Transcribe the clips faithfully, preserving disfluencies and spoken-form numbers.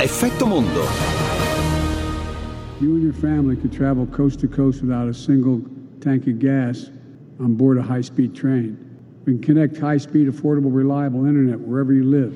Effetto Mondo. You and your family could travel coast to coast without a single tank of gas on board a high-speed train. We can connect high-speed, affordable, reliable internet wherever you live.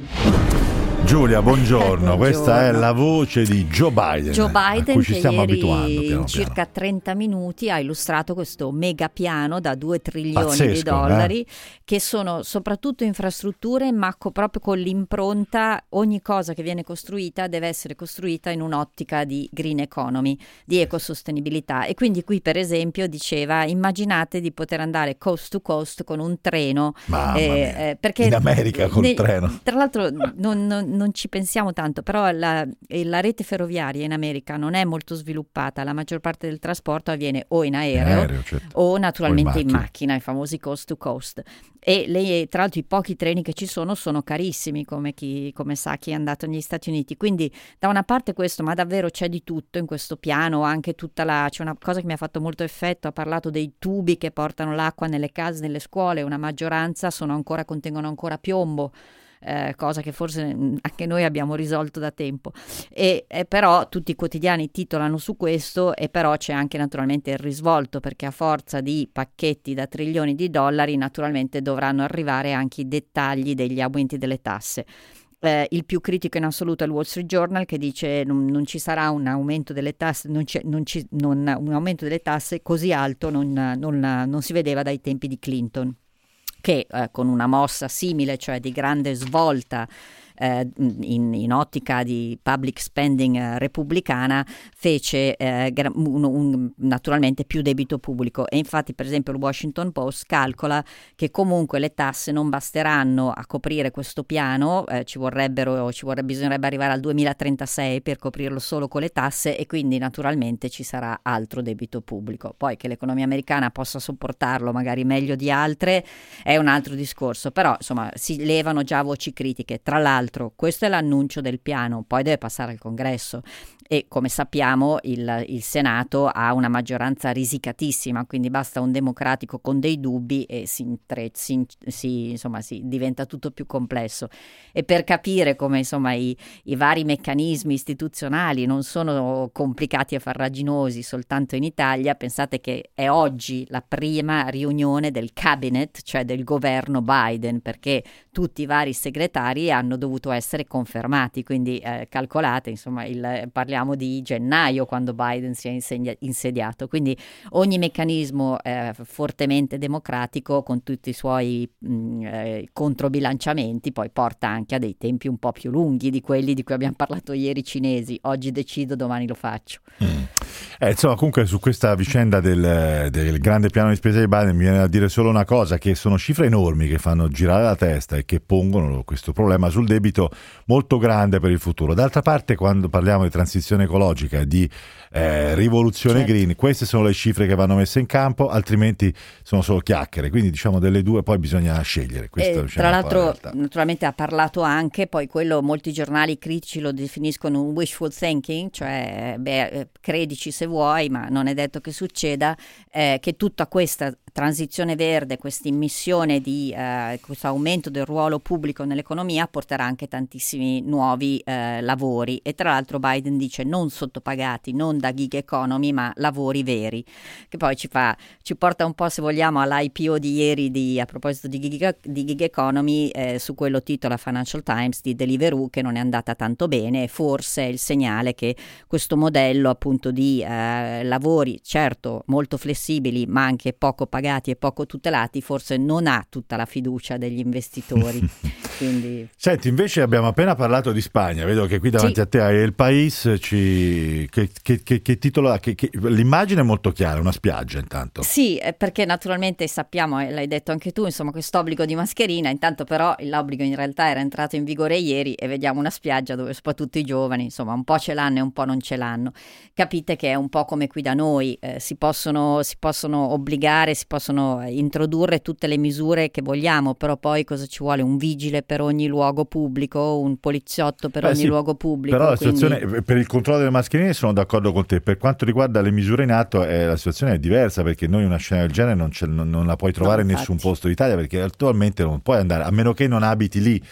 Giulia, buongiorno. buongiorno. Questa è la voce di Joe Biden, Joe Biden a cui ci che stiamo ieri abituando piano in circa piano. trenta minuti ha illustrato questo mega piano da due trilioni Pazzesco, di dollari eh? che sono soprattutto infrastrutture, ma co- proprio con l'impronta: ogni cosa che viene costruita deve essere costruita in un'ottica di green economy, di ecosostenibilità. E quindi qui per esempio diceva: immaginate di poter andare coast to coast con un treno, Mamma eh, mia. eh, perché In America col ne- treno. tra l'altro non, non- non ci pensiamo tanto, però la, eh, la rete ferroviaria in America non è molto sviluppata. La maggior parte del trasporto avviene o in aereo, In aereo, certo. o naturalmente O in in macchina. macchina, i famosi coast to coast. E le, tra l'altro i pochi treni che ci sono sono carissimi, come, chi, come sa chi è andato negli Stati Uniti. Quindi da una parte questo, ma davvero c'è di tutto in questo piano, anche tutta la... C'è una cosa che mi ha fatto molto effetto: ha parlato dei tubi che portano l'acqua nelle case, nelle scuole. Una maggioranza sono ancora, contengono ancora piombo. Eh, cosa che forse mh, anche noi abbiamo risolto da tempo, e, e però tutti i quotidiani titolano su questo. E però c'è anche naturalmente il risvolto, perché a forza di pacchetti da trilioni di dollari naturalmente dovranno arrivare anche i dettagli degli aumenti delle tasse. Eh, il più critico in assoluto è il Wall Street Journal, che dice non, non ci sarà un aumento delle tasse, non c'è, non ci, non, un aumento delle tasse così alto non, non, non si vedeva dai tempi di Clinton, che eh, con una mossa simile, cioè di grande svolta eh, in, in ottica di public spending eh, repubblicana, fece eh, gra- un, un, naturalmente più debito pubblico. E infatti per esempio il Washington Post calcola che comunque le tasse non basteranno a coprire questo piano, eh, ci vorrebbero ci vorrebbe, bisognerebbe arrivare al duemilatrentasei per coprirlo solo con le tasse, e quindi naturalmente ci sarà altro debito pubblico. Poi che l'economia americana possa sopportarlo magari meglio di altre è un altro discorso, però insomma si levano già voci critiche. Tra l'altro questo è l'annuncio del piano, poi deve passare al Congresso, e come sappiamo il, il Senato ha una maggioranza risicatissima, quindi basta un democratico con dei dubbi e si, intre- si, si, insomma, si diventa tutto più complesso. E per capire come insomma i, i vari meccanismi istituzionali non sono complicati e farraginosi soltanto in Italia, pensate che è oggi la prima riunione del cabinet, cioè del governo Biden, perché tutti i vari segretari hanno dovuto essere confermati, quindi eh, calcolate, insomma, il, parliamo di gennaio quando Biden si è insegna- insediato, quindi ogni meccanismo eh, fortemente democratico, con tutti i suoi mh, eh, controbilanciamenti, poi porta anche a dei tempi un po' più lunghi di quelli di cui abbiamo parlato ieri cinesi. Oggi decido, domani lo faccio. Mm. Eh, insomma, comunque su questa vicenda del, del grande piano di spesa di Biden mi viene da dire solo una cosa: che sono cifre enormi che fanno girare la testa e che pongono questo problema sul debito molto grande per il futuro. D'altra parte, quando parliamo di transizione ecologica e di eh, rivoluzione certo. green, queste sono le cifre che vanno messe in campo, altrimenti sono solo chiacchiere. Quindi diciamo delle due poi bisogna scegliere. Questa, E, diciamo, tra un po' la l'altro realtà. naturalmente ha parlato anche, poi quello molti giornali critici lo definiscono un wishful thinking, cioè beh, eh, credici se vuoi, ma non è detto che succeda, eh, che tutta questa transizione verde, questa immissione di eh, questo aumento del ruolo pubblico nell'economia porterà anche tantissimi nuovi eh, lavori. E tra l'altro Biden dice non sottopagati, non da gig economy, ma lavori veri, che poi ci fa ci porta un po', se vogliamo, all'I P O di ieri di, a proposito di gig, di gig economy, eh, su quello titola Financial Times di Deliveroo, che non è andata tanto bene. Forse è il segnale che questo modello appunto di eh, lavori, certo molto flessibili ma anche poco pagati e poco tutelati, forse non ha tutta la fiducia degli investitori. Quindi... Senti, invece abbiamo appena parlato di Spagna, vedo che qui davanti Sì. a te hai il País, ci... che, che, che, che titolo ha? Che, che... L'immagine è molto chiara, una spiaggia intanto. Sì, eh, perché naturalmente sappiamo, e l'hai detto anche tu, insomma, quest'obbligo di mascherina. Intanto però l'obbligo in realtà era entrato in vigore ieri, e vediamo una spiaggia dove soprattutto i giovani, insomma, un po' ce l'hanno e un po' non ce l'hanno. Capite che è un po' come qui da noi, eh, si possono, si possono obbligare, si possono introdurre tutte le misure che vogliamo, però poi cosa ci vuole? Un vigile per ogni luogo pubblico, un poliziotto per Eh ogni sì, luogo pubblico. Però la quindi... situazione per il controllo delle mascherine sono d'accordo con te. Per quanto riguarda le misure in atto, eh, la situazione è diversa, perché noi una scena del genere non, ce, non, non la puoi trovare No, in nessun infatti. posto d'Italia, perché attualmente non puoi andare, a meno che non abiti lì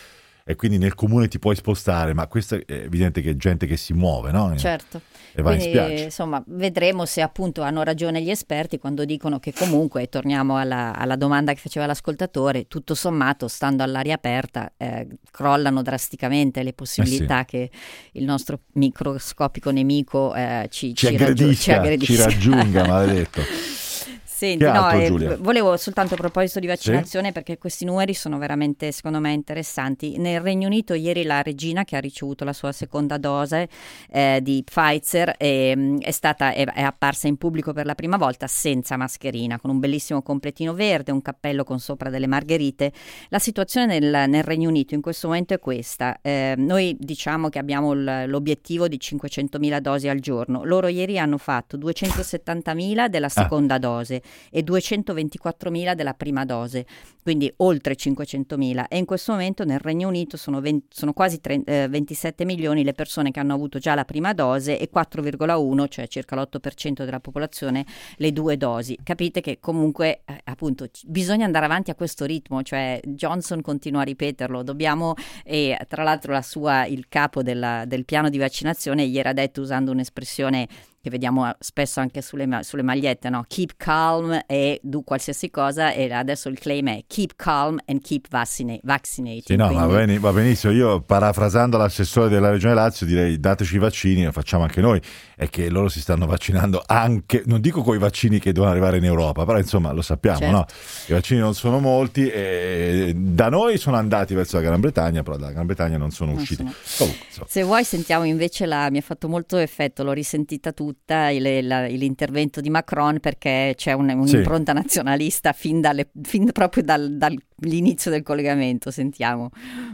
e quindi nel comune ti puoi spostare, ma questo è evidente che è gente che si muove, no? Certo. E va Quindi, in spiaggia. insomma, vedremo se appunto hanno ragione gli esperti quando dicono che comunque, torniamo alla, alla domanda che faceva l'ascoltatore, tutto sommato, stando all'aria aperta, eh, crollano drasticamente le possibilità Eh sì. che il nostro microscopico nemico eh, ci, Ci ci, raggiu- aggredisca, ci aggredisca. ci raggiunga, maledetto. Senti, Che no, altro, eh, Giulia? volevo soltanto a proposito di vaccinazione, perché questi numeri sono veramente, secondo me, interessanti. Nel Regno Unito ieri la regina, che ha ricevuto la sua seconda dose eh, di Pfizer, è, è stata è, è apparsa in pubblico per la prima volta senza mascherina, con un bellissimo completino verde, un cappello con sopra delle margherite. La situazione nel, nel Regno Unito in questo momento è questa. Eh, noi diciamo che abbiamo l- l'obiettivo di cinquecentomila dosi al giorno. Loro ieri hanno fatto duecentosettantamila della seconda ah. dose e duecentoventiquattromila della prima dose, quindi oltre cinquecentomila, e in questo momento nel Regno Unito sono, venti, sono quasi tre, eh, ventisette milioni le persone che hanno avuto già la prima dose e quattro virgola uno, cioè circa l'otto per cento della popolazione, le due dosi. Capite che comunque eh, appunto c- bisogna andare avanti a questo ritmo, cioè Johnson continua a ripeterlo, dobbiamo, e tra l'altro la sua, il capo della, del piano di vaccinazione ieri ha detto, usando un'espressione che vediamo spesso anche sulle, ma- sulle magliette, no? Keep calm e do qualsiasi cosa, e adesso il claim è keep calm and keep vaccina- vaccinating. Sì, no, quindi... ma va, bene, va benissimo. Io, parafrasando l'assessore della Regione Lazio, direi dateci i vaccini, lo facciamo anche noi, è che loro si stanno vaccinando anche, non dico con i vaccini che devono arrivare in Europa, però insomma lo sappiamo, certo. no? I vaccini non sono molti e da noi sono andati verso la Gran Bretagna, però dalla Gran Bretagna non sono non usciti. Sono... Comunque, insomma. Se vuoi sentiamo invece la, mi ha fatto molto effetto, l'ho risentita tutta, il, la, l'intervento di Macron, perché c'è un, un'impronta sì. nazionalista fin, dalle, fin proprio dal, dall'inizio del collegamento. Sentiamo.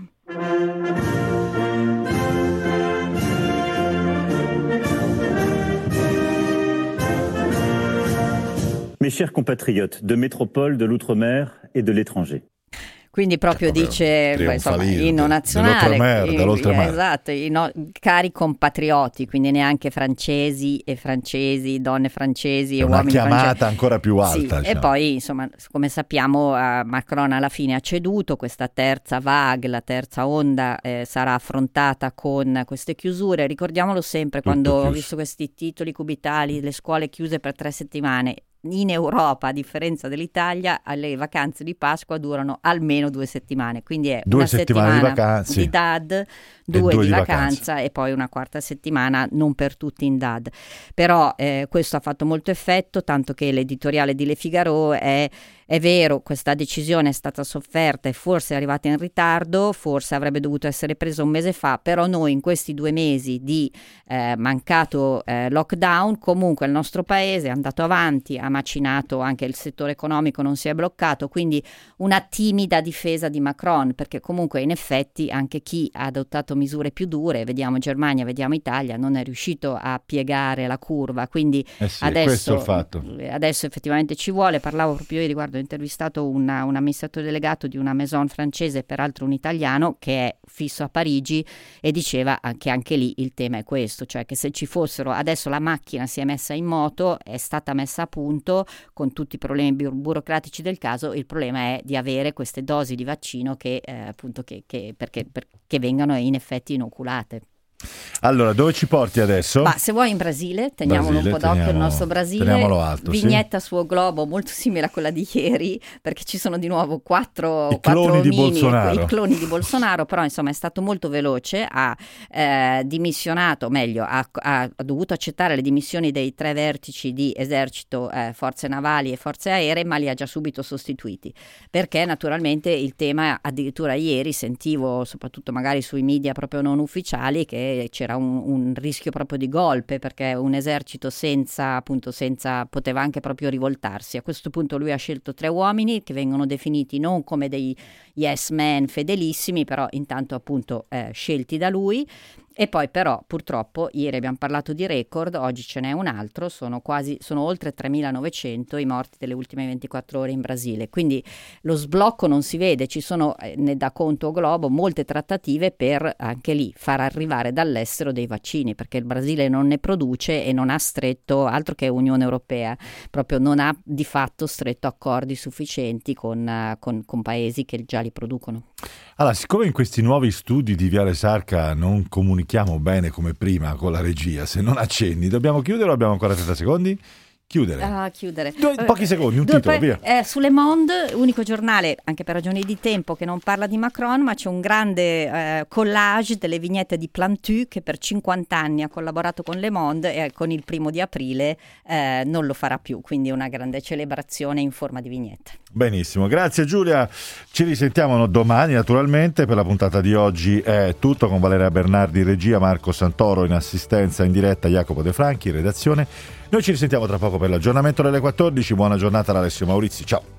Mes chers compatriotes de métropole, de l'outre-mer et de l'étranger. Quindi proprio dice, beh, insomma, inno nazionale, dell'oltremare. Esatto, i no, cari compatrioti, quindi neanche francesi e francesi, donne francesi e una uomini francesi. Una chiamata ancora più alta. Sì, diciamo. E poi, insomma, come sappiamo, uh, Macron alla fine ha ceduto. Questa terza vague, la terza onda, eh, sarà affrontata con queste chiusure. Ricordiamolo sempre, Tutto quando chiuso. ho visto questi titoli cubitali, le scuole chiuse per tre settimane. In Europa, a differenza dell'Italia, le vacanze di Pasqua durano almeno due settimane, quindi è due una settimane settimana di vacanze di D A D, due, due di, di vacanza, vacanza e poi una quarta settimana non per tutti in D A D. Però eh, questo ha fatto molto effetto, tanto che l'editoriale di Le Figaro è è vero, questa decisione è stata sofferta e forse è arrivata in ritardo, forse avrebbe dovuto essere presa un mese fa, però noi in questi due mesi di eh, mancato eh, lockdown, comunque il nostro paese è andato avanti, ha macinato, anche il settore economico non si è bloccato, quindi una timida difesa di Macron, perché comunque in effetti anche chi ha adottato misure più dure, vediamo Germania, vediamo Italia, non è riuscito a piegare la curva, quindi eh sì, adesso, il fatto. adesso effettivamente ci vuole. Parlavo proprio io riguardo, ho intervistato una, un amministratore delegato di una maison francese, peraltro un italiano, che è fisso a Parigi, e diceva che anche lì il tema è questo, cioè che se ci fossero, adesso la macchina si è messa in moto, è stata messa a punto con tutti i problemi bu- burocratici del caso, il problema è di avere queste dosi di vaccino che eh, appunto che, che, perché, perché vengano in effetti inoculate. Allora, dove ci porti adesso? Ma se vuoi in Brasile, teniamolo Brasile, un po' d'occhio teniamo, il nostro Brasile, teniamolo alto, vignetta sì. su O Globo molto simile a quella di ieri, perché ci sono di nuovo quattro, I quattro cloni mini, di Bolsonaro. i cloni di Bolsonaro, però insomma è stato molto veloce, ha eh, dimissionato, meglio, ha, ha dovuto accettare le dimissioni dei tre vertici di esercito, eh, forze navali e forze aeree, ma li ha già subito sostituiti, perché naturalmente il tema, addirittura ieri sentivo, soprattutto magari sui media proprio non ufficiali, che c'era un un rischio proprio di golpe, perché un esercito senza, appunto, senza, poteva anche proprio rivoltarsi. A questo punto lui ha scelto tre uomini che vengono definiti non come dei yes men fedelissimi, però intanto appunto eh, scelti da lui. E poi però purtroppo ieri abbiamo parlato di record, oggi ce n'è un altro, sono quasi sono oltre tremilanovecento i morti delle ultime ventiquattro ore in Brasile, quindi lo sblocco non si vede, ci sono, eh, ne dà conto Globo, molte trattative per anche lì far arrivare dall'estero dei vaccini, perché il Brasile non ne produce e non ha stretto, altro che Unione Europea, proprio non ha di fatto stretto accordi sufficienti con, uh, con, con paesi che già li producono. Allora, siccome in questi nuovi studi di Viale Sarca non comunichiamo bene come prima con la regia, se non accenni, dobbiamo chiudere o abbiamo ancora trenta secondi? Chiudere. Ah, chiudere. Due, pochi secondi, un Due, titolo, poi, via. Eh, su Le Monde, unico giornale, anche per ragioni di tempo, che non parla di Macron, ma c'è un grande eh, collage delle vignette di Plantu, che per cinquanta anni ha collaborato con Le Monde e con il primo di aprile eh, non lo farà più, quindi una grande celebrazione in forma di vignette. Benissimo, grazie Giulia. Ci risentiamo domani naturalmente. Per la puntata di oggi è tutto, con Valeria Bernardi in regia, Marco Santoro in assistenza in diretta, Jacopo De Franchi in redazione. Noi ci risentiamo tra poco per l'aggiornamento delle quattordici. Buona giornata da Alessio Maurizi, ciao.